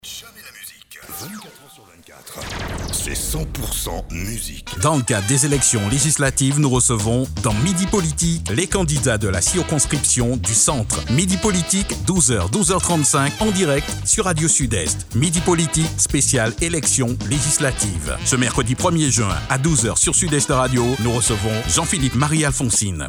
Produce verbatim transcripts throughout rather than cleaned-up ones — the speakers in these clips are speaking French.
Jamais la musique. vingt-quatre heures sur vingt-quatre. C'est cent pour cent musique. Dans le cadre des élections législatives, nous recevons dans Midi Politique les candidats de la circonscription du centre. Midi Politique, douze heures, douze heures trente-cinq, en direct sur Radio Sud-Est. Midi Politique, spéciale élections législatives. Ce mercredi premier juin à douze heures sur Sud-Est Radio, nous recevons Jean-Philippe Marie-Alphonsine.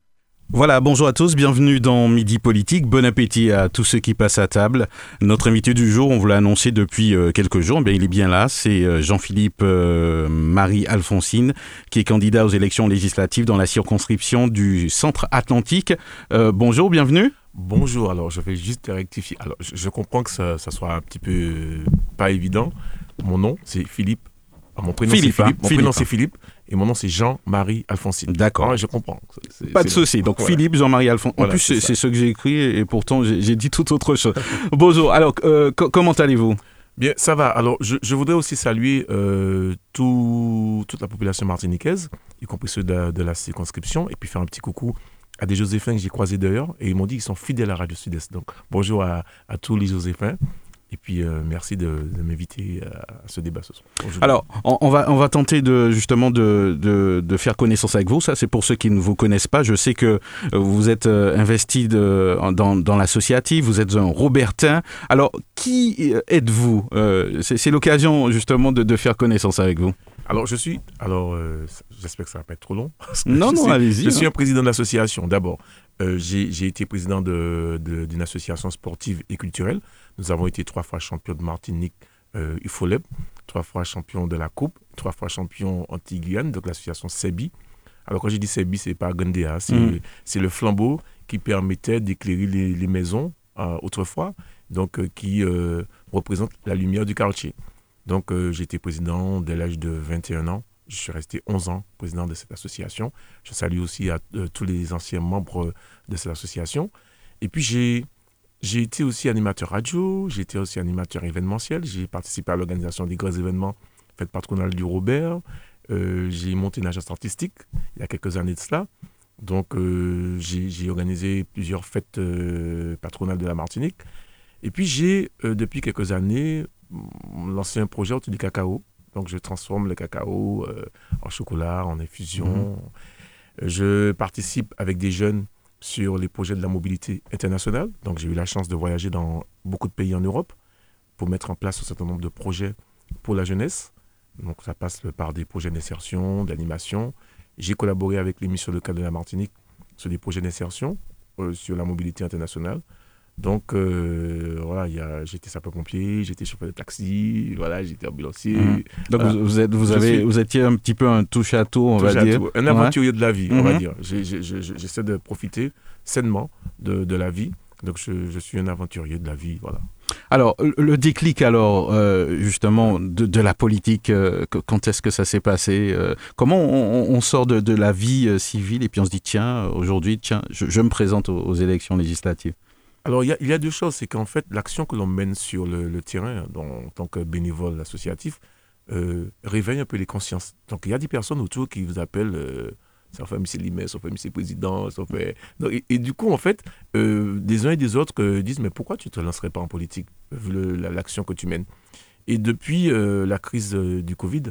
Voilà, bonjour à tous, bienvenue dans Midi Politique, bon appétit à tous ceux qui passent à table. Notre invité du jour, on vous l'a annoncé depuis euh, quelques jours, bien, il est bien là, c'est euh, Jean-Philippe euh, Marie-Alphonsine, qui est candidat aux élections législatives dans la circonscription du Centre Atlantique. Euh, bonjour, bienvenue. Bonjour, alors je vais juste rectifier. Alors je, je comprends que ça, ça soit un petit peu euh, pas évident. Mon nom, c'est Philippe. Mon prénom, Philippe, c'est Philippe. hein, Mon Philippe. prénom, c'est Philippe. Et mon nom, c'est Jean-Marie Alphonsine. D'accord. Ah, je comprends. C'est, Pas c'est de souci. Donc voilà. Philippe, Jean-Marie Alphonsine. En Voilà, plus, c'est c'est, ça. c'est ce que j'ai écrit et pourtant j'ai, j'ai dit tout autre chose. Bonjour. Alors, euh, co- comment allez-vous ? Bien, ça va. Alors, je, je voudrais aussi saluer euh, tout, toute la population martiniquaise, y compris ceux de, de la circonscription, et puis faire un petit coucou à des Joséphins que j'ai croisés d'ailleurs, et ils m'ont dit qu'ils sont fidèles à Radio Sud-Est. Donc, bonjour à, à tous les Joséphins. Et puis, euh, merci de, de m'inviter à ce débat ce soir. Bonjour. Alors, on, on va, on va tenter de, justement de, de, de faire connaissance avec vous. Ça, c'est pour ceux qui ne vous connaissent pas. Je sais que euh, vous êtes euh, investi de, dans, dans l'associatif, vous êtes un Robertin. Alors, qui êtes-vous ? euh, c'est, c'est l'occasion, justement, de, de faire connaissance avec vous. Alors, je suis. Alors, euh, j'espère que ça ne va pas être trop long. parce que Non, je non, suis, allez-y. Je hein. suis un président de l'association. D'abord, euh, j'ai, j'ai été président de, de, d'une association sportive et culturelle. Nous avons été trois fois champions de Martinique euh, U F O L E B, trois fois champions de la Coupe, trois fois champions Antilles-Guyane, donc l'association SEBI. Alors, quand je dis SEBI, ce n'est pas Gandéa, c'est, Mm. c'est le flambeau qui permettait d'éclairer les, les maisons euh, autrefois, donc euh, qui euh, représente la lumière du quartier. Donc, euh, j'ai été président dès l'âge de vingt et un ans. Je suis resté onze ans président de cette association. Je salue aussi à euh, tous les anciens membres de cette association. Et puis, j'ai, j'ai été aussi animateur radio, j'ai été aussi animateur événementiel. J'ai participé à l'organisation des grands événements, fête patronale du Robert. Euh, j'ai monté une agence artistique il y a quelques années de cela. Donc, euh, j'ai, j'ai organisé plusieurs fêtes euh, patronales de la Martinique. Et puis, j'ai, euh, depuis quelques années, lancé un projet autour du cacao. Donc, je transforme le cacao euh, en chocolat, en infusion. Mmh. Je participe avec des jeunes sur les projets de la mobilité internationale. Donc, j'ai eu la chance de voyager dans beaucoup de pays en Europe pour mettre en place un certain nombre de projets pour la jeunesse. Donc, ça passe par des projets d'insertion, d'animation. J'ai collaboré avec l'émission locale de la Martinique sur des projets d'insertion euh, sur la mobilité internationale. Donc, euh, voilà, y a, j'étais sapeur-pompier, j'étais chauffeur de taxi, voilà, j'étais ambulancier. Mmh. Donc, Voilà. vous, vous, êtes, vous, Je avez, suis- vous étiez un petit peu un touche-à-tout, on Touche va à dire. tout. Un Ouais. aventurier de la vie, on va Mhm. dire. J'ai- j'ai- j'ai- j'essaie de profiter sainement de, de la vie. Donc, je, je suis un aventurier de la vie, voilà. Alors, le déclic, alors, euh, justement, de, de la politique, euh, que- quand est-ce que ça s'est passé euh, Comment on, on sort de, de la vie euh, civile et puis on se dit, tiens, aujourd'hui, tiens, je, je me présente aux, aux élections législatives. Alors, il y, a- il y a deux choses. C'est qu'en fait, l'action que l'on mène sur le, le terrain, dans- en tant que bénévole associatif, euh, réveille un peu les consciences. Donc, il y a des personnes autour qui vous appellent... Euh, ça fait M. Limet, ça fait M. Président, ça fait... Donc, et, et du coup, en fait, euh, des uns et des autres euh, disent, mais pourquoi tu ne te lancerais pas en politique, vu le- la- l'action que tu mènes ? Et depuis euh, la crise euh, du Covid,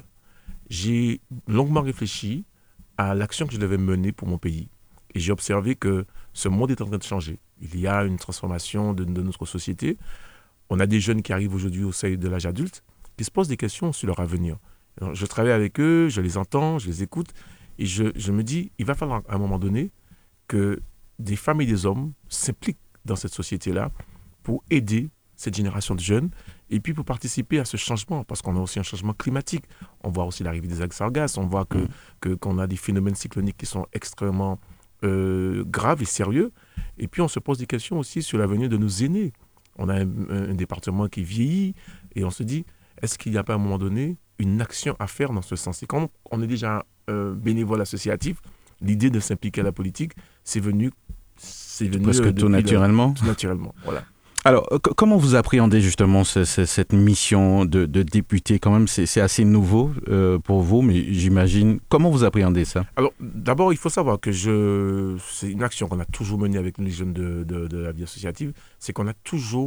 j'ai longuement réfléchi à l'action que je devais mener pour mon pays. Et j'ai observé que ce monde est en train de changer. Il y a une transformation de, de notre société. On a des jeunes qui arrivent aujourd'hui au seuil de l'âge adulte, qui se posent des questions sur leur avenir. Alors, je travaille avec eux, je les entends, je les écoute, et je, je me dis, il va falloir à un moment donné que des femmes et des hommes s'impliquent dans cette société-là pour aider cette génération de jeunes et puis pour participer à ce changement, parce qu'on a aussi un changement climatique. On voit aussi l'arrivée des algues sargasses, on voit que, Mmh. que, qu'on a des phénomènes cycloniques qui sont extrêmement euh, graves et sérieux. Et puis on se pose des questions aussi sur l'avenir de nos aînés. On a un, un département qui vieillit et on se dit, est-ce qu'il n'y a pas à un moment donné une action à faire dans ce sens ? Et quand on est déjà euh, bénévole associatif, l'idée de s'impliquer à la politique, c'est venu, c'est venu Presque euh, tout depuis naturellement. le- tout naturellement, voilà. Alors, euh, c- comment vous appréhendez justement ce- ce- cette mission de, de député quand même c'est, c'est assez nouveau euh, pour vous, mais j'imagine... Comment vous appréhendez ça ? Alors, d'abord, il faut savoir que je, c'est une action qu'on a toujours menée avec les jeunes de, de, de la vie associative, c'est qu'on a toujours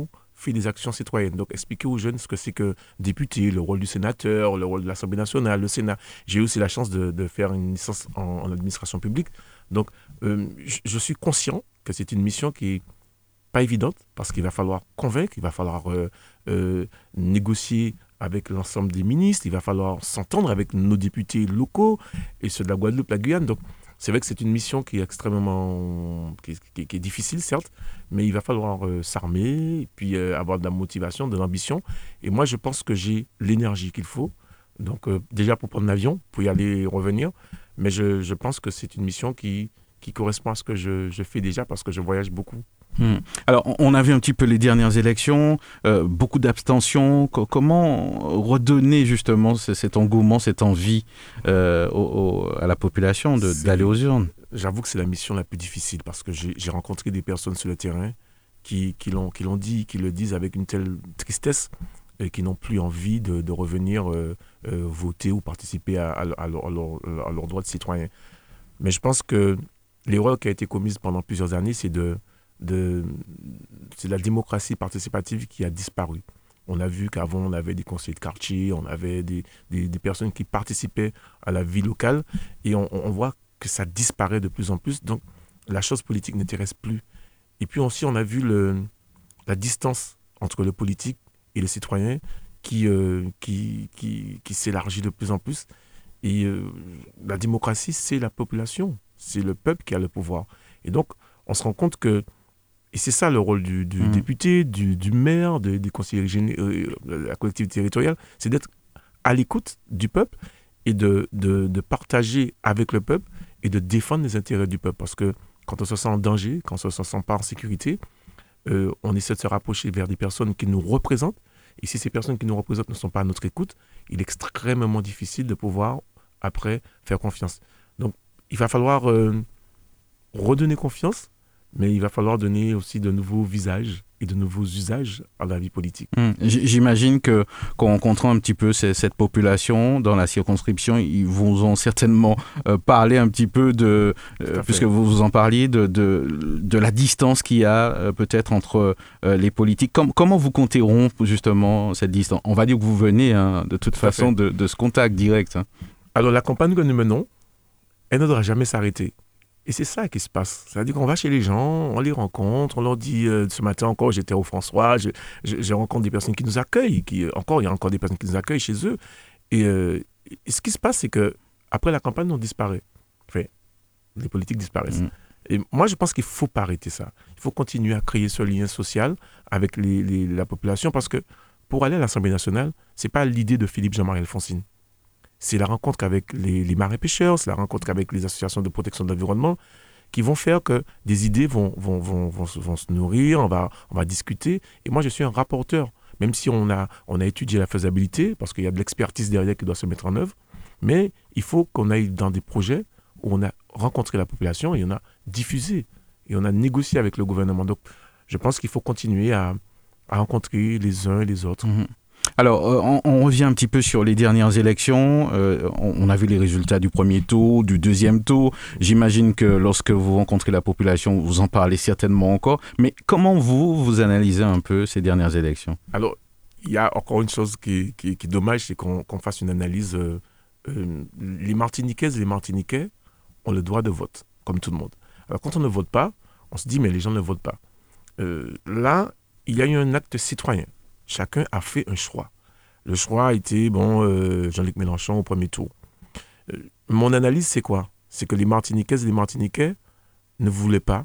fait des actions citoyennes. Donc, expliquer aux jeunes ce que c'est que député, le rôle du sénateur, le rôle de l'Assemblée nationale, le Sénat. J'ai eu aussi la chance de, de faire une licence en, en administration publique. Donc, euh, je, je suis conscient que c'est une mission qui n'est pas évidente parce qu'il va falloir convaincre, il va falloir euh, euh, négocier avec l'ensemble des ministres, il va falloir s'entendre avec nos députés locaux et ceux de la Guadeloupe, la Guyane. Donc, c'est vrai que c'est une mission qui est extrêmement qui, qui, qui est difficile, certes, mais il va falloir euh, s'armer, et puis euh, avoir de la motivation, de l'ambition. Et moi, je pense que j'ai l'énergie qu'il faut. Donc, euh, déjà pour prendre l'avion, pour y aller et revenir. Mais je, je pense que c'est une mission qui, qui correspond à ce que je, je fais déjà parce que je voyage beaucoup. Mmh. Alors, on a vu un petit peu les dernières élections, euh, beaucoup d'abstention. Co- comment redonner justement c- cet engouement, cette envie euh, au, au, à la population de, d'aller aux urnes? J'avoue que c'est la mission la plus difficile parce que j'ai, j'ai rencontré des personnes sur le terrain qui, qui, l'ont, qui l'ont dit, qui le disent avec une telle tristesse et qui n'ont plus envie de, de revenir euh, euh, voter ou participer à, à, à, leur, à, leur, à leur droit de citoyen. Mais je pense que l'erreur qui a été commise pendant plusieurs années, c'est de De, c'est la démocratie participative qui a disparu. On a vu qu'avant, on avait des conseillers de quartier, on avait des, des, des personnes qui participaient à la vie locale et on, on voit que ça disparaît de plus en plus. Donc, la chose politique n'intéresse plus. Et puis aussi, on a vu le, la distance entre le politique et le citoyen qui, euh, qui, qui, qui s'élargit de plus en plus. Et euh, la démocratie, c'est la population, c'est le peuple qui a le pouvoir. Et donc, on se rend compte que Et c'est ça le rôle du, du mmh. député, du, du maire, de, des conseillers généraux, de la collectivité territoriale, c'est d'être à l'écoute du peuple et de, de, de partager avec le peuple et de défendre les intérêts du peuple. Parce que quand on se sent en danger, quand on ne se sent pas en sécurité, euh, on essaie de se rapprocher vers des personnes qui nous représentent. Et si ces personnes qui nous représentent ne sont pas à notre écoute, il est extrêmement difficile de pouvoir, après, faire confiance. Donc, il va falloir euh, redonner confiance, mais il va falloir donner aussi de nouveaux visages et de nouveaux usages à la vie politique. Mmh. J'imagine que, qu'en rencontrant un petit peu ces, cette population dans la circonscription, ils vous ont certainement euh, parlé un petit peu de, euh, puisque vous vous en parliez, de, de, de la distance qu'il y a euh, peut-être entre euh, les politiques. Com- comment vous comptez rompre justement cette distance? On va dire que vous venez hein, de toute Tout façon de, de ce contact direct. Hein. Alors la campagne que nous menons, elle ne devra jamais s'arrêter. Et c'est ça qui se passe. C'est-à-dire qu'on va chez les gens, on les rencontre, on leur dit, euh, ce matin encore, j'étais au François, je, je, je rencontre des personnes qui nous accueillent, qui, encore, il y a encore des personnes qui nous accueillent chez eux. Et, euh, et ce qui se passe, c'est qu'après la campagne, on disparaît. Enfin, les politiques disparaissent. Mmh. Et moi, je pense qu'il ne faut pas arrêter ça. Il faut continuer à créer ce lien social avec les, les, la population, parce que pour aller à l'Assemblée nationale, ce n'est pas l'idée de Philippe Jean-Marie Alphonsine. C'est la rencontre avec les, les marins-pêcheurs, c'est la rencontre avec les associations de protection de l'environnement qui vont faire que des idées vont, vont, vont, vont, vont se nourrir, on va, on va discuter. Et moi, je suis un rapporteur, même si on a, on a étudié la faisabilité, parce qu'il y a de l'expertise derrière qui doit se mettre en œuvre. Mais il faut qu'on aille dans des projets où on a rencontré la population et on a diffusé, et on a négocié avec le gouvernement. Donc, je pense qu'il faut continuer à, à rencontrer les uns et les autres. Mmh. Alors, euh, on, on revient un petit peu sur les dernières élections. Euh, on, on a vu les résultats du premier tour, du deuxième tour. J'imagine que lorsque vous rencontrez la population, vous en parlez certainement encore. Mais comment vous, vous analysez un peu ces dernières élections? Alors, il y a encore une chose qui, qui, qui est dommage, c'est qu'on, qu'on fasse une analyse. Euh, euh, les Martiniquaises et les Martiniquais ont le droit de vote, comme tout le monde. Alors, quand on ne vote pas, on se dit, mais les gens ne votent pas. Euh, là, il y a eu un acte citoyen. Chacun a fait un choix. Le choix a été, bon, euh, Jean-Luc Mélenchon au premier tour. Euh, mon analyse, c'est quoi? C'est que les Martiniquaises et les Martiniquais ne voulaient pas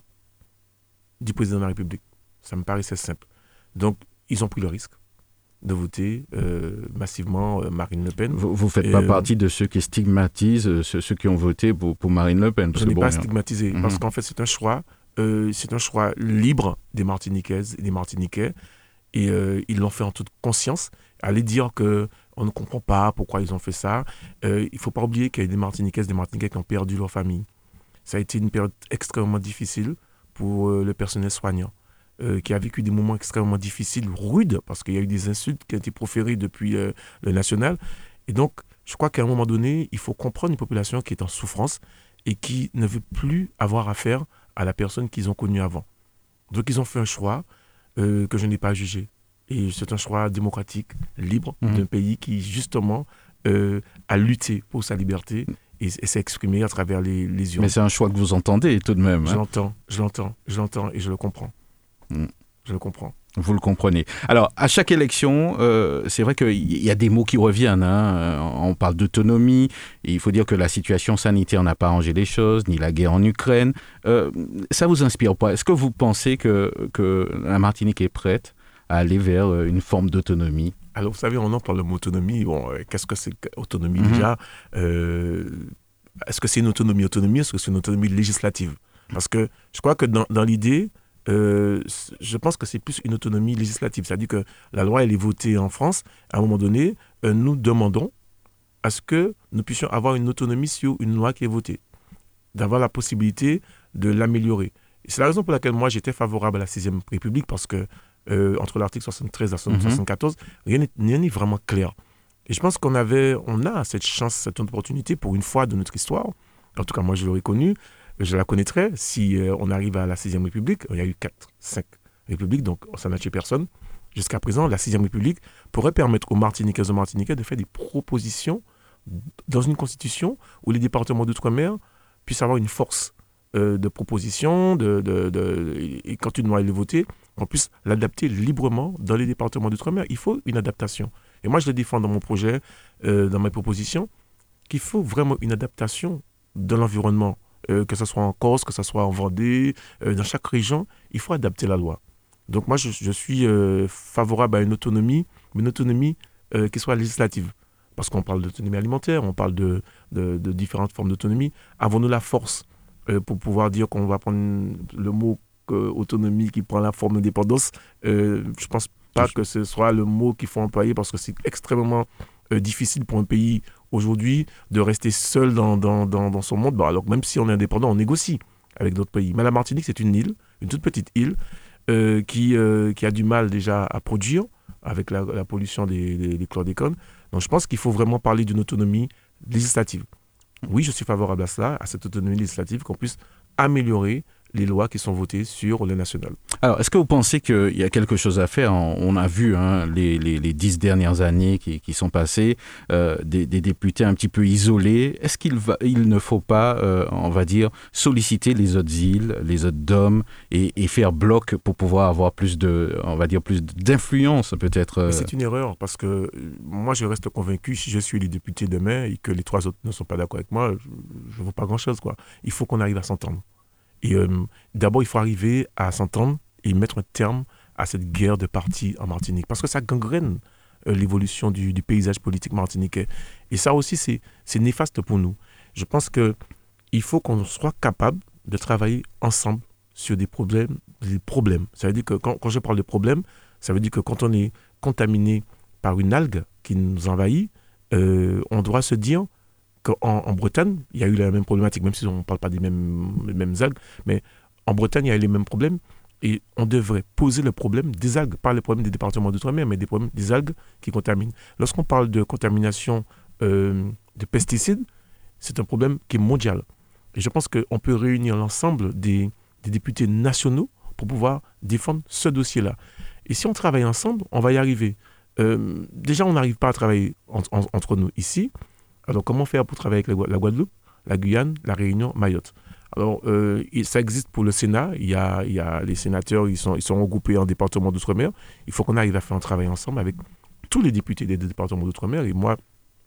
du président de la République. Ça me paraissait simple. Donc, ils ont pris le risque de voter euh, massivement euh, Marine Le Pen. Vous ne faites et pas euh, partie de ceux qui stigmatisent euh, ceux, ceux qui ont voté pour, pour Marine Le Pen? Je n'ai bon, pas stigmatisé, mm-hmm. parce qu'en fait, c'est un choix, euh, c'est un choix libre des Martiniquaises et des Martiniquais. Et euh, ils l'ont fait en toute conscience. Aller dire qu'on ne comprend pas pourquoi ils ont fait ça. Euh, il ne faut pas oublier qu'il y a des Martiniquaises, des Martiniquais qui ont perdu leur famille. Ça a été une période extrêmement difficile pour euh, le personnel soignant, euh, qui a vécu des moments extrêmement difficiles, rudes, parce qu'il y a eu des insultes qui ont été proférées depuis euh, le national. Et donc, je crois qu'à un moment donné, il faut comprendre une population qui est en souffrance et qui ne veut plus avoir affaire à la personne qu'ils ont connue avant. Donc, ils ont fait un choix Euh, que je n'ai pas jugé. Et c'est un choix démocratique, libre, Mmh. d'un pays qui, justement, euh, a lutté pour sa liberté et, et s'est exprimé à travers les, les urnes. Mais c'est un choix que vous entendez tout de même. Je Hein. l'entends, je l'entends, je l'entends et je le comprends. Mmh. Je le comprends. Vous le comprenez. Alors, à chaque élection, euh, c'est vrai qu'il y a des mots qui reviennent. Hein. On parle d'autonomie. Et il faut dire que la situation sanitaire n'a pas arrangé les choses, ni la guerre en Ukraine. Euh, ça vous inspire pas? Est-ce que vous pensez que, que la Martinique est prête à aller vers une forme d'autonomie? Alors, vous savez, on en parle de autonomie. Bon, euh, qu'est-ce que c'est qu'autonomie Mmh. déjà euh, Est-ce que c'est une autonomie autonomie Est-ce que c'est une autonomie législative? Parce que je crois que dans, dans l'idée, euh, je pense que c'est plus une autonomie législative. C'est-à-dire que la loi, elle est votée en France. À un moment donné, euh, nous demandons à ce que nous puissions avoir une autonomie sur une loi qui est votée, d'avoir la possibilité de l'améliorer. Et c'est la raison pour laquelle moi, j'étais favorable à la sixième République, parce que euh, entre l'article soixante-treize et soixante-quatorze, mmh. rien n'est vraiment clair. Et je pense qu'on avait, on a cette chance, cette opportunité pour une fois de notre histoire. En tout cas, moi, je l'aurais connue, je la connaîtrais si euh, on arrive à la sixième République. Il y a eu quatre, cinq républiques, donc ça n'a tué personne. Jusqu'à présent, la sixième République pourrait permettre aux Martiniquais et aux Martiniquais de faire des propositions dans une constitution où les départements d'outre-mer puissent avoir une force euh, de proposition, de, de, de, et quand une loi est votée, qu'on puisse l'adapter librement dans les départements d'outre-mer. Il faut une adaptation. Et moi, je le défends dans mon projet, euh, dans mes propositions, qu'il faut vraiment une adaptation de l'environnement, euh, que ce soit en Corse, que ce soit en Vendée, euh, dans chaque région, il faut adapter la loi. Donc moi, je, je suis euh, favorable à une autonomie, mais une autonomie euh, qui soit législative. Parce qu'on parle d'autonomie alimentaire, on parle de, de, de différentes formes d'autonomie. Avons-nous la force euh, pour pouvoir dire qu'on va prendre le mot euh, autonomie qui prend la forme d'indépendance? euh, Je ne pense pas que ce soit le mot qu'il faut employer, parce que c'est extrêmement euh, difficile pour un pays aujourd'hui de rester seul dans, dans, dans, dans son monde. Bon, alors même si on est indépendant, on négocie avec d'autres pays. Mais la Martinique, c'est une île, une toute petite île, euh, qui, euh, qui a du mal déjà à produire avec la, la pollution des, des, des chlordécones. Donc je pense qu'il faut vraiment parler d'une autonomie législative. Oui, je suis favorable à cela, à cette autonomie législative, qu'on puisse améliorer les lois qui sont votées sur le national. Alors, est-ce que vous pensez qu'il y a quelque chose à faire? On a vu hein, les, les, les dix dernières années qui, qui sont passées, euh, des, des députés un petit peu isolés. Est-ce qu'il va, il ne faut pas, euh, on va dire, solliciter les autres îles, les autres D O M et, et faire bloc pour pouvoir avoir plus de, on va dire, plus d'influence peut-être? Mais c'est une erreur, parce que moi, je reste convaincu, si je suis les députés demain et que les trois autres ne sont pas d'accord avec moi, je ne vaux pas grand-chose, quoi. Il faut qu'on arrive à s'entendre. Et euh, d'abord, il faut arriver à s'entendre et mettre un terme à cette guerre de partis en Martinique. Parce que ça gangrène euh, l'évolution du, du paysage politique martiniquais. Et ça aussi, c'est, c'est néfaste pour nous. Je pense qu'il faut qu'on soit capable de travailler ensemble sur des problèmes. Des problèmes. Ça veut dire que quand, quand je parle de problèmes, ça veut dire que quand on est contaminé par une algue qui nous envahit, euh, on doit se dire... En, en Bretagne, il y a eu la même problématique, même si on ne parle pas des mêmes, des mêmes algues, mais en Bretagne, il y a eu les mêmes problèmes, et on devrait poser le problème des algues, pas le problème des départements d'outre-mer, mais des problèmes des algues qui contaminent. Lorsqu'on parle de contamination euh, de pesticides, c'est un problème qui est mondial. Et je pense qu'on peut réunir l'ensemble des, des députés nationaux pour pouvoir défendre ce dossier-là. Et si on travaille ensemble, on va y arriver. Euh, déjà, on n'arrive pas à travailler en, en, entre nous ici. Alors, comment faire pour travailler avec la Guadeloupe, la Guyane, la Réunion, Mayotte? Alors, euh, ça existe pour le Sénat. Il y a, il y a les sénateurs, ils sont, ils sont regroupés en départements d'outre-mer. Il faut qu'on arrive à faire un travail ensemble avec tous les députés des départements d'outre-mer. Et moi,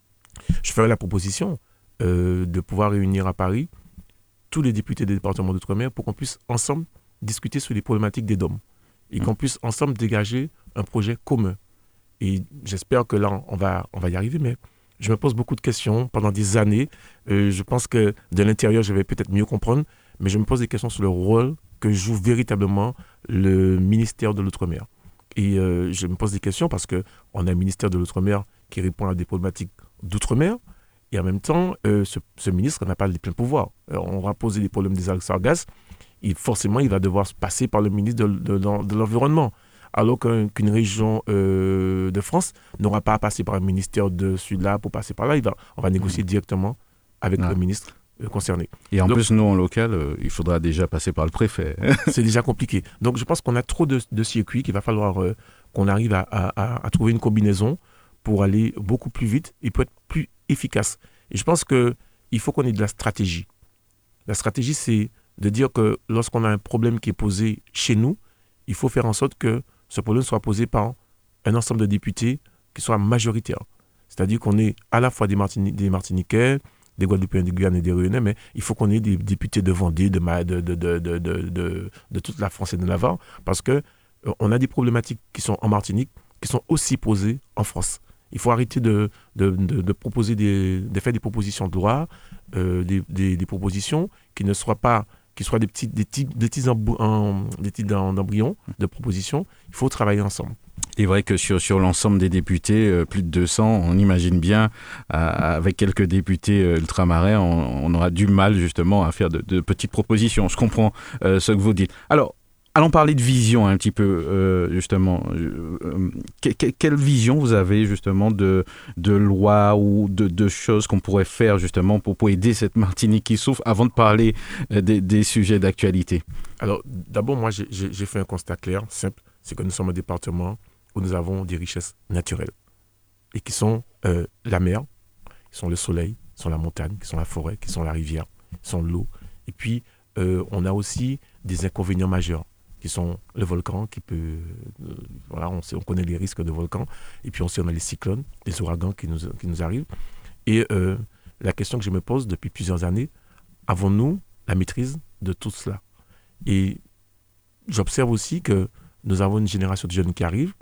je ferai la proposition euh, de pouvoir réunir à Paris tous les députés des départements d'outre-mer pour qu'on puisse ensemble discuter sur les problématiques des D O M et qu'on puisse ensemble dégager un projet commun. Et j'espère que là, on va, on va y arriver, mais... Je me pose beaucoup de questions pendant des années. Euh, je pense que de l'intérieur, je vais peut-être mieux comprendre, mais je me pose des questions sur le rôle que joue véritablement le ministère de l'Outre-mer. Et euh, je me pose des questions parce qu'on a un ministère de l'Outre-mer qui répond à des problématiques d'Outre-mer, et en même temps, euh, ce, ce ministre n'a pas les pleins pouvoirs. Alors, on va poser les problèmes des algues sargasses, et forcément, il va devoir passer par le ministre de, de, de, de l'Environnement. Alors qu'un, qu'une région euh, de France n'aura pas à passer par un ministère de celui-là pour passer par là. Il va, on va négocier mmh. directement avec ouais. le ministre euh, concerné. Et en Donc, plus, nous, en local, euh, il faudra déjà passer par le préfet. C'est déjà compliqué. Donc, je pense qu'on a trop de, de circuits qu'il va falloir euh, qu'on arrive à, à, à trouver une combinaison pour aller beaucoup plus vite et pour être plus efficace. Et je pense qu'il faut qu'on ait de la stratégie. La stratégie, c'est de dire que lorsqu'on a un problème qui est posé chez nous, il faut faire en sorte que ce problème soit posé par un ensemble de députés qui soient majoritaires. C'est-à-dire qu'on ait à la fois des, Martini- des Martiniquais, des Guadeloupéens, des Guyanais et des Réunionnais, mais il faut qu'on ait des députés de Vendée, de, de, de, de, de, de, de, de toute la France et de Navarre, parce qu'on euh, a des problématiques qui sont en Martinique, qui sont aussi posées en France. Il faut arrêter de, de, de, de, proposer des, de faire des propositions de loi, euh, des, des, des propositions qui ne soient pas, qui soient des petits, des petits, des petits, embry- en, des petits embryons de propositions. Il faut travailler ensemble. Il est vrai que sur, sur l'ensemble des députés, euh, plus de deux cents, on imagine bien, euh, avec quelques députés euh, ultramarins, on, on aura du mal justement à faire de, de petites propositions. Je comprends euh, ce que vous dites. Alors, allons parler de vision un petit peu, euh, justement. Euh, que, que, quelle vision vous avez justement de, de loi ou de, de choses qu'on pourrait faire justement pour, pour aider cette Martinique qui souffre, avant de parler euh, des, des sujets d'actualité? Alors, d'abord, moi, j'ai, j'ai fait un constat clair, simple, c'est que nous sommes un département où nous avons des richesses naturelles et qui sont euh, la mer, qui sont le soleil, qui sont la montagne, qui sont la forêt, qui sont la rivière, qui sont l'eau. Et puis, euh, on a aussi des inconvénients majeurs, qui sont le volcan, qui peut... Euh, voilà, on, sait, on connaît les risques de volcan. Et puis aussi, on a les cyclones, les ouragans qui nous, qui nous arrivent. Et euh, la question que je me pose depuis plusieurs années, avons-nous la maîtrise de tout cela? Et j'observe aussi que nous avons une génération de jeunes qui arrivent,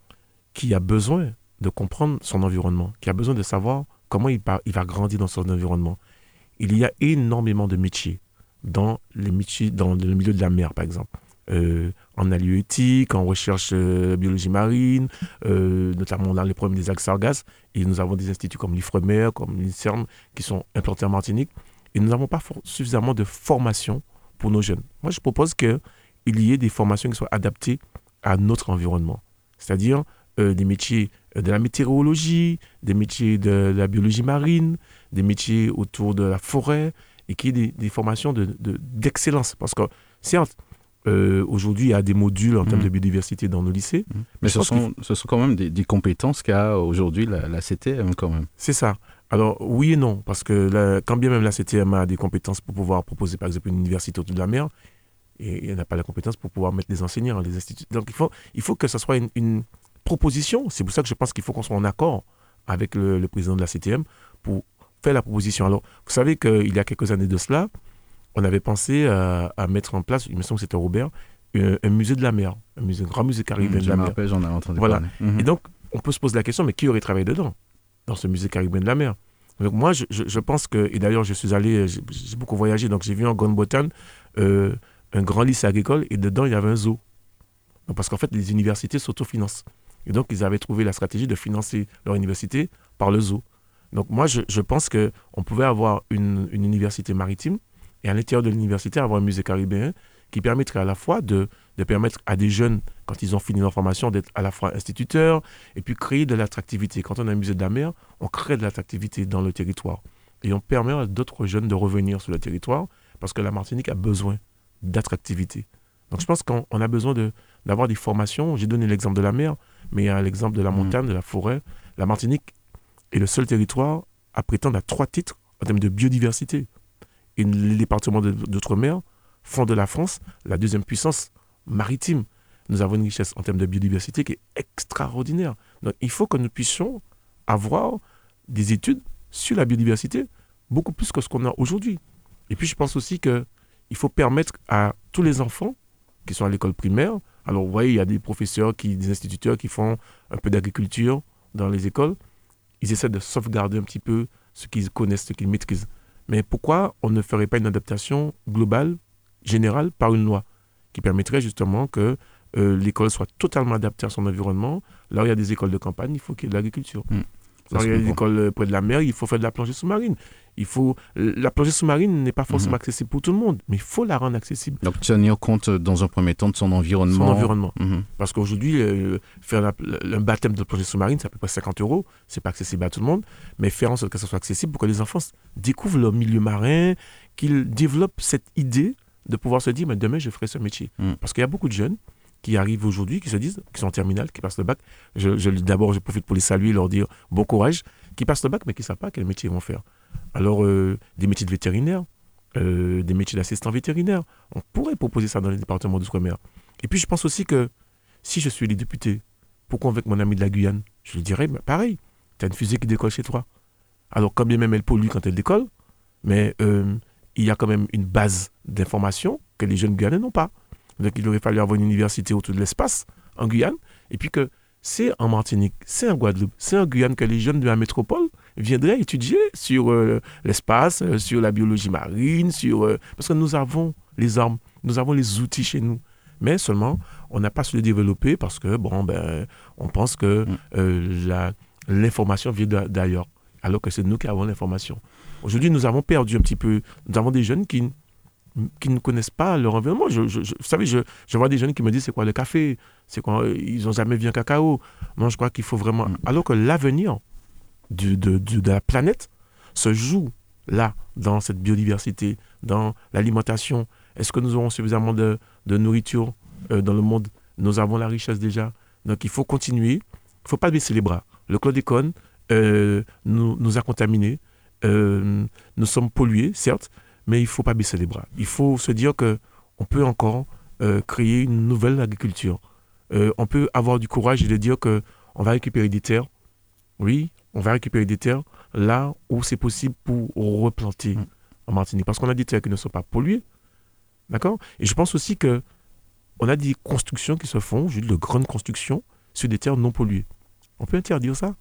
qui a besoin de comprendre son environnement, qui a besoin de savoir comment il va, il va grandir dans son environnement. Il y a énormément de métiers dans, les métiers, dans le milieu de la mer, par exemple. Euh, en halieutique, en recherche euh, biologie marine, euh, notamment dans les problèmes des algues sargasses. Et nous avons des instituts comme l'IFREMER, comme l'INSERM, qui sont implantés en Martinique. Et nous n'avons pas for- suffisamment de formation pour nos jeunes. Moi, je propose qu'il y ait des formations qui soient adaptées à notre environnement. C'est-à-dire euh, des métiers de la météorologie, des métiers de la biologie marine, des métiers autour de la forêt, et qu'il y ait des, des formations de, de, d'excellence. Parce que, certes, Euh, aujourd'hui, il y a des modules en termes mmh. de biodiversité dans nos lycées. Mmh. Mais ce sont, faut... ce sont quand même des, des compétences qu'a aujourd'hui la, la C T M quand même. C'est ça. Alors, oui et non, parce que la, quand bien même la C T M a des compétences pour pouvoir proposer, par exemple, une université autour de la mer, et elle n'a pas la compétence pour pouvoir mettre des enseignants, des instituts. Donc, il faut, il faut que ce soit une, une proposition. C'est pour ça que je pense qu'il faut qu'on soit en accord avec le, le président de la C T M pour faire la proposition. Alors, vous savez qu'il y a quelques années de cela, on avait pensé à, à mettre en place, il me semble que c'était Robert, un, un musée de la mer, un, musée, un grand musée caribéen mmh, de la mer. Rappelle, j'en ai entendu voilà. parler. Mmh. Et donc, on peut se poser la question, mais qui aurait travaillé dedans, dans ce musée caribéen de la mer? Donc moi, je, je, je pense que, et d'ailleurs, je suis allé, j'ai, j'ai beaucoup voyagé, donc j'ai vu en Grande-Bretagne euh, un grand lycée agricole, et dedans, il y avait un zoo. Donc, parce qu'en fait, les universités s'autofinancent. Et donc, ils avaient trouvé la stratégie de financer leur université par le zoo. Donc moi, je, je pense qu'on pouvait avoir une, une université maritime, et à l'intérieur de l'université, avoir un musée caribéen qui permettrait à la fois de, de permettre à des jeunes, quand ils ont fini leur formation, d'être à la fois instituteurs et puis créer de l'attractivité. Quand on a un musée de la mer, on crée de l'attractivité dans le territoire. Et on permet à d'autres jeunes de revenir sur le territoire parce que la Martinique a besoin d'attractivité. Donc je pense qu'on on a besoin de, d'avoir des formations. J'ai donné l'exemple de la mer, mais il y a l'exemple de la montagne, de la forêt. La Martinique est le seul territoire à prétendre à trois titres en termes de biodiversité. Et les départements de, d'outre-mer font de la France la deuxième puissance maritime. Nous avons une richesse en termes de biodiversité qui est extraordinaire. Donc, il faut que nous puissions avoir des études sur la biodiversité, beaucoup plus que ce qu'on a aujourd'hui. Et puis, je pense aussi qu'il faut permettre à tous les enfants qui sont à l'école primaire, alors vous voyez, il y a des professeurs, qui, des instituteurs qui font un peu d'agriculture dans les écoles, ils essaient de sauvegarder un petit peu ce qu'ils connaissent, ce qu'ils maîtrisent. Mais pourquoi on ne ferait pas une adaptation globale, générale, par une loi qui permettrait justement que euh, l'école soit totalement adaptée à son environnement? Là où il y a des écoles de campagne, il faut qu'il y ait de l'agriculture. Mmh. Là où il y a des écoles près de la mer, il faut faire de la plongée sous-marine. Il faut... La plongée sous-marine n'est pas forcément mmh. accessible pour tout le monde, mais il faut la rendre accessible. Donc tenir compte dans un premier temps de son environnement. Son environnement. Mmh. Parce qu'aujourd'hui, euh, faire la, un baptême de plongée sous-marine, c'est à peu près cinquante euros. C'est pas accessible à tout le monde, mais faire en sorte que ça soit accessible pour que les enfants découvrent leur milieu marin, qu'ils développent cette idée de pouvoir se dire, mais demain, je ferai ce métier. Mmh. Parce qu'il y a beaucoup de jeunes qui arrivent aujourd'hui, qui se disent, qui sont en terminale, qui passent le bac. Je, je, d'abord, je profite pour les saluer, leur dire bon courage, qui passent le bac, mais qui ne savent pas quel métier ils vont faire. Alors, euh, des métiers de vétérinaire, euh, des métiers d'assistant vétérinaire, on pourrait proposer ça dans les départements d'outre-mer. Et puis, je pense aussi que si je suis les députés, pour convaincre mon ami de la Guyane, je lui dirais, bah, pareil, tu as une fusée qui décolle chez toi. Alors, quand bien même elle pollue quand elle décolle, mais euh, il y a quand même une base d'information que les jeunes Guyanais n'ont pas. Donc, il aurait fallu avoir une université autour de l'espace en Guyane, et puis que c'est en Martinique, c'est en Guadeloupe, c'est en Guyane que les jeunes de la métropole viendraient étudier sur euh, l'espace, euh, sur la biologie marine, sur, euh, parce que nous avons les armes, nous avons les outils chez nous. Mais seulement, on n'a pas su les développer parce que, bon, ben, on pense que euh, la, l'information vient d'ailleurs, alors que c'est nous qui avons l'information. Aujourd'hui, nous avons perdu un petit peu, nous avons des jeunes qui, qui ne connaissent pas leur environnement. Je, je, je, vous savez, je, je vois des jeunes qui me disent c'est quoi le café, c'est quoi, ils n'ont jamais vu un cacao. Non, je crois qu'il faut vraiment... Alors que l'avenir du, de, de, de la planète se joue là, dans cette biodiversité, dans l'alimentation. Est-ce que nous aurons suffisamment de, de nourriture euh, dans le monde? Nous avons la richesse déjà. Donc il faut continuer. Il ne faut pas baisser les bras. Le chlordécone euh, nous, nous a contaminés. Euh, nous sommes pollués, certes, mais il ne faut pas baisser les bras. Il faut se dire qu'on peut encore euh, créer une nouvelle agriculture. Euh, on peut avoir du courage et de dire qu'on va récupérer des terres. Oui, on va récupérer des terres là où c'est possible pour replanter mmh. en Martinique. Parce qu'on a des terres qui ne sont pas polluées. D'accord ? Et je pense aussi qu'on a des constructions qui se font, juste de grandes constructions, sur des terres non polluées. On peut interdire ça.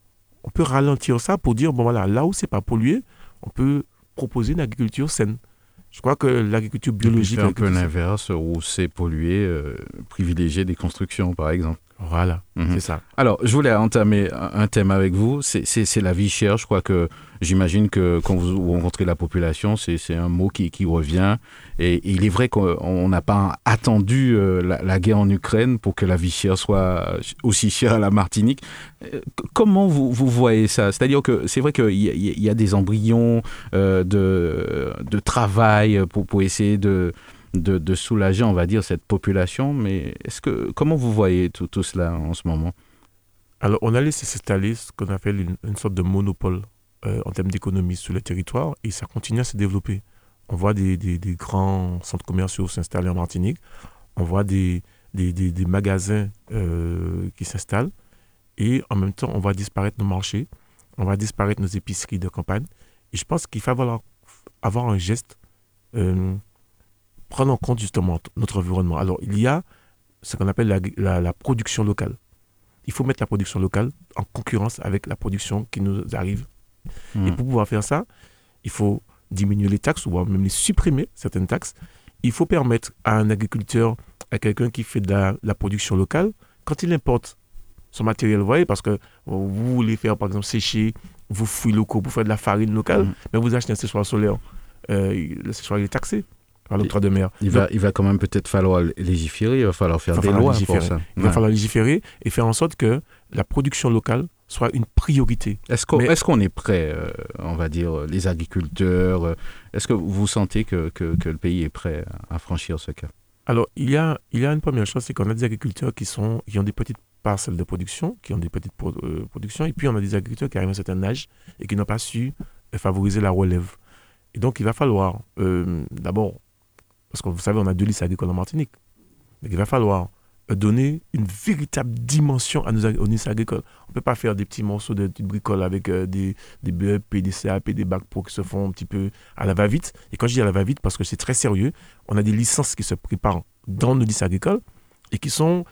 On peut ralentir ça pour dire, bon voilà, là où c'est pas pollué, on peut proposer une agriculture saine. Je crois que l'agriculture biologique... C'est un peu l'inverse, où c'est pollué, euh, privilégier des constructions, par exemple. Voilà, mmh. c'est ça. Alors, je voulais entamer un thème avec vous, c'est, c'est, c'est la vie chère. Je crois que, j'imagine que quand vous rencontrez la population, c'est, c'est un mot qui, qui revient. Et, et il est vrai qu'on n'a pas attendu euh, la, la guerre en Ukraine pour que la vie chère soit aussi chère à la Martinique. Euh, comment vous, vous voyez ça ? C'est-à-dire que c'est vrai qu'il y a, il y a des embryons euh, de, de travail pour, pour essayer de... De, de soulager, on va dire, cette population. Mais est-ce que, comment vous voyez tout, tout cela en ce moment ? Alors, on a laissé s'installer ce qu'on appelle une, une sorte de monopole euh, en termes d'économie sur le territoire et ça continue à se développer. On voit des, des, des grands centres commerciaux s'installer en Martinique. On voit des, des, des, des magasins euh, qui s'installent et en même temps, on va disparaître nos marchés, on va disparaître nos épiceries de campagne. Et je pense qu'il va falloir avoir un geste euh, prendre en compte justement notre environnement. Alors, il y a ce qu'on appelle la, la, la production locale. Il faut mettre la production locale en concurrence avec la production qui nous arrive. Mmh. Et pour pouvoir faire ça, il faut diminuer les taxes ou même les supprimer, certaines taxes. Il faut permettre à un agriculteur, à quelqu'un qui fait de la, la production locale, quand il importe son matériel, vous voyez, parce que vous voulez faire, par exemple, sécher vos fruits locaux pour faire de la farine locale, mmh. mais vous achetez un séchoir solaire. Euh, le séchoir, il est taxé. De mer. Il, va, il va quand même peut-être falloir légiférer, il va falloir faire va des falloir lois légiférer. pour ça. Il ouais. va falloir légiférer et faire en sorte que la production locale soit une priorité. Est-ce qu'on, Mais... est, qu'on est prêt, euh, on va dire, les agriculteurs, euh, est-ce que vous sentez que, que, que le pays est prêt à franchir ce cap ? Alors, il y a, il y a une première chose, c'est qu'on a des agriculteurs qui, sont, qui ont des petites parcelles de production, qui ont des petites pro- euh, productions, et puis on a des agriculteurs qui arrivent à un certain âge et qui n'ont pas su euh, favoriser la relève. Et donc, il va falloir, euh, d'abord, parce que vous savez, on a deux lycées agricoles en Martinique. Donc il va falloir donner une véritable dimension à nos, aux lycées agricoles. On ne peut pas faire des petits morceaux de petites bricoles avec euh, des, des B E P, des C A P, des bacs pro qui se font un petit peu à la va-vite. Et quand je dis à la va-vite, parce que c'est très sérieux, on a des licences qui se préparent dans nos lycées agricoles et qui sont...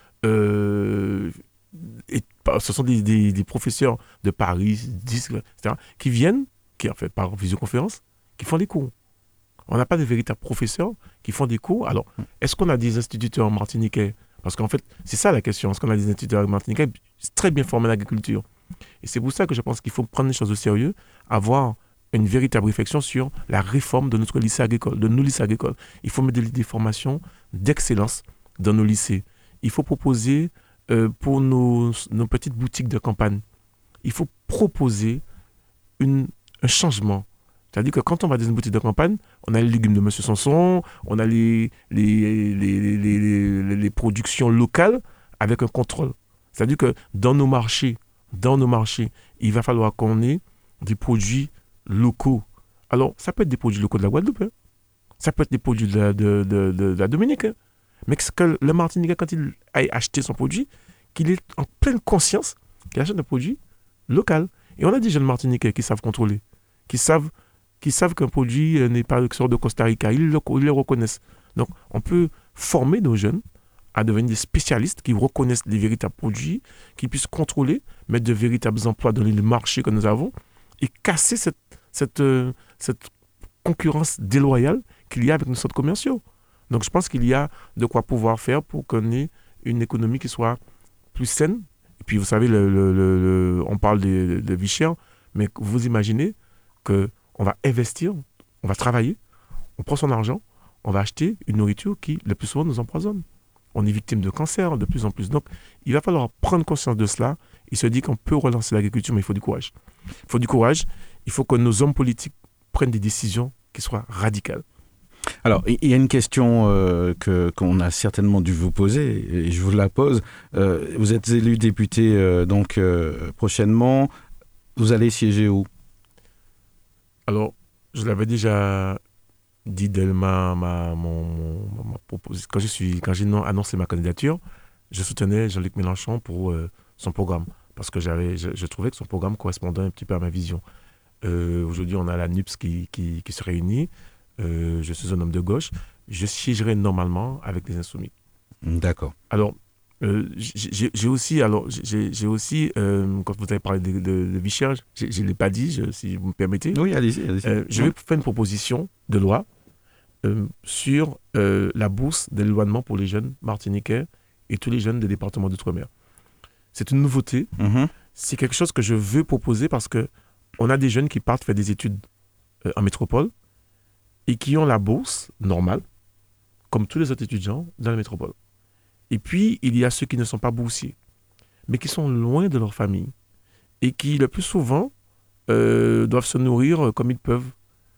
Euh, et, ce sont des, des, des professeurs de Paris, dix, et cetera, qui viennent, qui en fait par visioconférence, qui font des cours. On n'a pas de véritables professeurs qui font des cours. Alors, est-ce qu'on a des instituteurs martiniquais ? Parce qu'en fait, c'est ça la question. Est-ce qu'on a des instituteurs martiniquais très bien formés en agriculture ? Et c'est pour ça que je pense qu'il faut prendre les choses au sérieux, avoir une véritable réflexion sur la réforme de notre lycée agricole, de nos lycées agricoles. Il faut mettre des, des formations d'excellence dans nos lycées. Il faut proposer euh, pour nos, nos petites boutiques de campagne, il faut proposer une, un changement. C'est-à-dire que quand on va dans une boutique de campagne, on a les légumes de Monsieur Sanson, on a les, les, les, les, les, les, les productions locales avec un contrôle. C'est-à-dire que dans nos marchés, dans nos marchés, il va falloir qu'on ait des produits locaux. Alors, ça peut être des produits locaux de la Guadeloupe, hein. Ça peut être des produits de la, de, de, de, de la Dominique, hein. Mais que le Martiniquais, quand il aille acheter son produit, qu'il ait en pleine conscience qu'il achète un produit local. Et on a des jeunes Martiniquais qui savent contrôler, qui savent, qui savent qu'un produit n'est pas qui sort de Costa Rica, ils le, ils le reconnaissent. Donc, on peut former nos jeunes à devenir des spécialistes qui reconnaissent les véritables produits, qui puissent contrôler, mettre de véritables emplois dans les marchés que nous avons et casser cette, cette, euh, cette concurrence déloyale qu'il y a avec nos centres commerciaux. Donc, je pense qu'il y a de quoi pouvoir faire pour qu'on ait une économie qui soit plus saine. Et puis, vous savez, le, le, le, le, on parle de, de vie chère, mais vous imaginez qu'on va investir, on va travailler, on prend son argent, on va acheter une nourriture qui, le plus souvent, nous empoisonne. On est victime de cancer de plus en plus. Donc, il va falloir prendre conscience de cela et se dire qu'on peut relancer l'agriculture, mais il faut du courage. Il faut du courage. Il faut que nos hommes politiques prennent des décisions qui soient radicales. Alors, il y a une question euh, que, qu'on a certainement dû vous poser, et je vous la pose. Euh, vous êtes élu député euh, donc euh, prochainement. Vous allez siéger où? Alors, je l'avais déjà dit dès ma, ma, mon, mon, ma proposition. Quand, je suis, quand j'ai annoncé ma candidature, je soutenais Jean-Luc Mélenchon pour euh, son programme, parce que j'avais, je, je trouvais que son programme correspondait un petit peu à ma vision. Euh, aujourd'hui, on a la N U P S qui, qui, qui se réunit. Euh, je suis un homme de gauche. Je siégerai normalement avec les Insoumis. D'accord. Alors, euh, j'ai, j'ai aussi, alors, j'ai, j'ai aussi euh, quand vous avez parlé de, de, de vie chère, je ne l'ai pas dit, je, si vous me permettez. Oui, allez-y. allez-y. Euh, je vais faire une proposition de loi euh, sur euh, la bourse d'éloignement pour les jeunes martiniquais et tous les jeunes des départements d'outre-mer. C'est une nouveauté. Mm-hmm. C'est quelque chose que je veux proposer parce qu'on a des jeunes qui partent faire des études euh, en métropole et qui ont la bourse normale, comme tous les autres étudiants dans la métropole. Et puis, il y a ceux qui ne sont pas boursiers, mais qui sont loin de leur famille et qui, le plus souvent, euh, doivent se nourrir comme ils peuvent.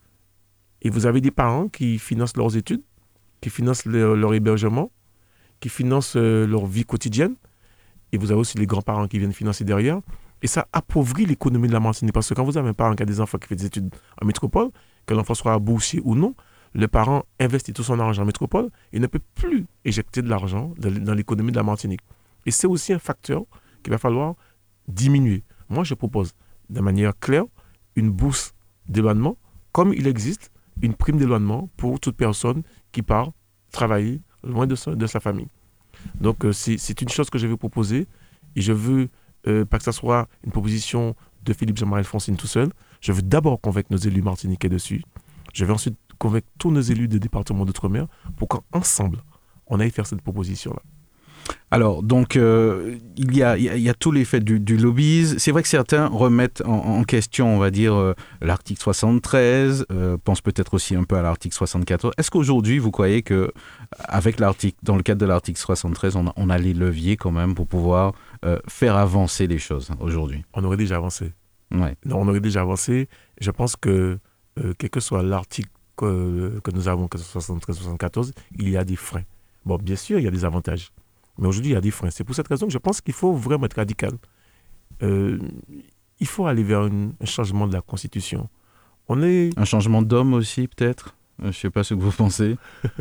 Et vous avez des parents qui financent leurs études, qui financent leur, leur hébergement, qui financent euh, leur vie quotidienne. Et vous avez aussi les grands-parents qui viennent financer derrière. Et ça appauvrit l'économie de la Martinique. Parce que quand vous avez un parent qui a des enfants qui fait des études en métropole, que l'enfant soit boursier ou non, le parent investit tout son argent en métropole et ne peut plus éjecter de l'argent dans l'économie de la Martinique. Et c'est aussi un facteur qu'il va falloir diminuer. Moi, je propose de manière claire une bourse d'éloignement, comme il existe une prime d'éloignement pour toute personne qui part travailler loin de sa, de sa famille. Donc, euh, c'est, c'est une chose que je vais proposer et je veux euh, pas que ça soit une proposition de Philippe Jean-Marie Alphonsine tout seul. Je veux d'abord convaincre nos élus martiniquais dessus. Je vais ensuite convaincre tous nos élus des départements d'outre-mer pour qu'ensemble, on aille faire cette proposition-là. Alors, donc, euh, il, y a, il, y a, il y a tout l'effet du, du lobbyisme. C'est vrai que certains remettent en, en question, on va dire, euh, l'article soixante-treize, euh, pensent peut-être aussi un peu à l'article soixante-quatorze. Est-ce qu'aujourd'hui, vous croyez qu'avec l'article, dans le cadre de l'article soixante-treize, on a, on a les leviers quand même pour pouvoir euh, faire avancer les choses aujourd'hui? On aurait déjà avancé. Ouais. Non, on aurait déjà avancé. Je pense que, euh, quel que soit l'article que, que nous avons, que ce soit soixante-treize soixante-quatorze, il y a des freins. Bon, bien sûr, il y a des avantages. Mais aujourd'hui, il y a des freins. C'est pour cette raison que je pense qu'il faut vraiment être radical. Euh, il faut aller vers une, un changement de la Constitution. On est... Un changement d'homme aussi, peut-être? Je ne sais pas ce que vous pensez.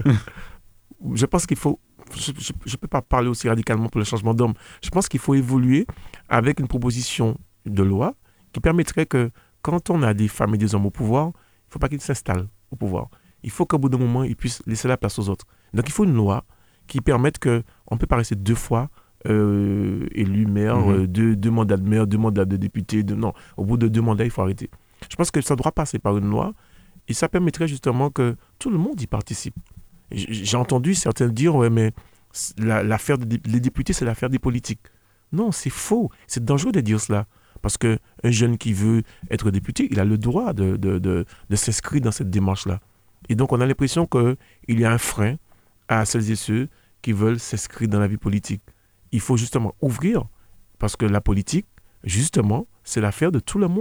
Je pense qu'il faut... Je ne peux pas parler aussi radicalement pour le changement d'homme. Je pense qu'il faut évoluer avec une proposition de loi qui permettrait que quand on a des femmes et des hommes au pouvoir, il ne faut pas qu'ils s'installent au pouvoir. Il faut qu'au bout d'un moment, ils puissent laisser la place aux autres. Donc il faut une loi qui permette qu'on ne peut pas rester deux fois euh, élu maire, mmh. euh, deux, deux mandats de maire, deux mandats de député. De, non, au bout de deux mandats, il faut arrêter. Je pense que ça doit passer par une loi et ça permettrait justement que tout le monde y participe. J'ai entendu certains dire, ouais, mais la, l'affaire des les députés, c'est l'affaire des politiques. Non, c'est faux. C'est dangereux de dire cela. Parce qu'un jeune qui veut être député, il a le droit de, de, de, de s'inscrire dans cette démarche-là. Et donc, on a l'impression qu'il y a un frein à celles et ceux qui veulent s'inscrire dans la vie politique. Il faut justement ouvrir, parce que la politique, justement, c'est l'affaire de tout le monde.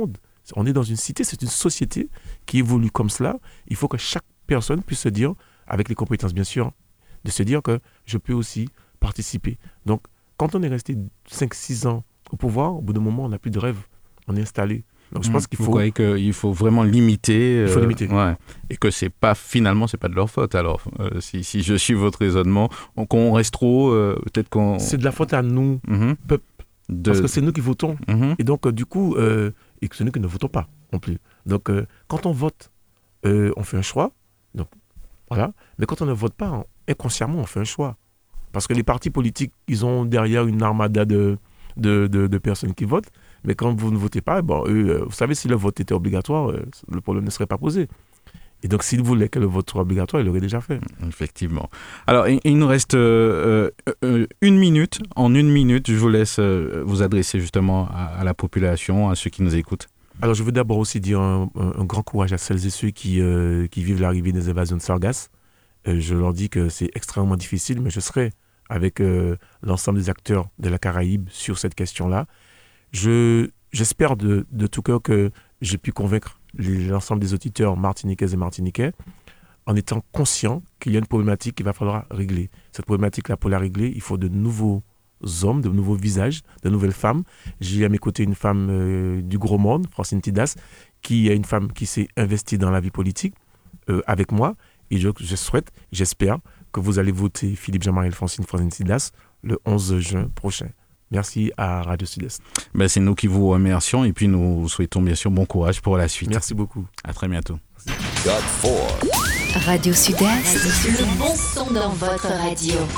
On est dans une cité, c'est une société qui évolue comme cela. Il faut que chaque personne puisse se dire, avec les compétences bien sûr, de se dire que je peux aussi participer. Donc, quand on est resté cinq six ans au pouvoir, au bout d'un moment, on n'a plus de rêve. On est installé. Donc, je mmh. pense qu'il faut... Vous croyez qu'il faut vraiment limiter, Il faut euh, limiter. Ouais. Et que c'est pas, finalement, c'est pas de leur faute. Alors, euh, si, si je suis votre raisonnement, on, qu'on reste trop, euh, peut-être qu'on... C'est de la faute à nous, mmh. peuple. De... Parce que c'est nous qui votons. Mmh. Et donc, euh, du coup, euh, et que c'est nous qui ne votons pas non plus. Donc, euh, quand on vote, euh, on fait un choix. Donc, voilà. Mais quand on ne vote pas, inconsciemment, on fait un choix. Parce que les partis politiques, ils ont derrière une armada de, de, de, de personnes qui votent. Mais quand vous ne votez pas, bon, eux, euh, vous savez, si le vote était obligatoire, euh, le problème ne serait pas posé. Et donc, s'ils voulaient que le vote soit obligatoire, ils l'auraient déjà fait. Effectivement. Alors, il, il nous reste euh, euh, une minute. En une minute, je vous laisse euh, vous adresser justement à, à la population, à ceux qui nous écoutent. Alors, je veux d'abord aussi dire un, un, un grand courage à celles et ceux qui, euh, qui vivent l'arrivée des invasions de sargasses. Euh, je leur dis que c'est extrêmement difficile, mais je serai avec euh, l'ensemble des acteurs de la Caraïbe sur cette question-là. Je, j'espère de, de tout cœur que j'ai pu convaincre les, l'ensemble des auditeurs martiniquaises et martiniquais en étant conscient qu'il y a une problématique qu'il va falloir régler. Cette problématique-là, pour la régler, il faut de nouveaux hommes, de nouveaux visages, de nouvelles femmes. J'ai à mes côtés une femme euh, du gros monde, Francine Tidas, qui est une femme qui s'est investie dans la vie politique euh, avec moi. Et je, je souhaite, j'espère, que vous allez voter Philippe Jean-Marie Alphonsine Francine Tidas le onze juin prochain. Merci à Radio Sud-Est. Ben, c'est nous qui vous remercions et puis nous vous souhaitons bien sûr bon courage pour la suite. Merci beaucoup. À très bientôt. God four. Radio Sud-Est, le bon son dans votre radio.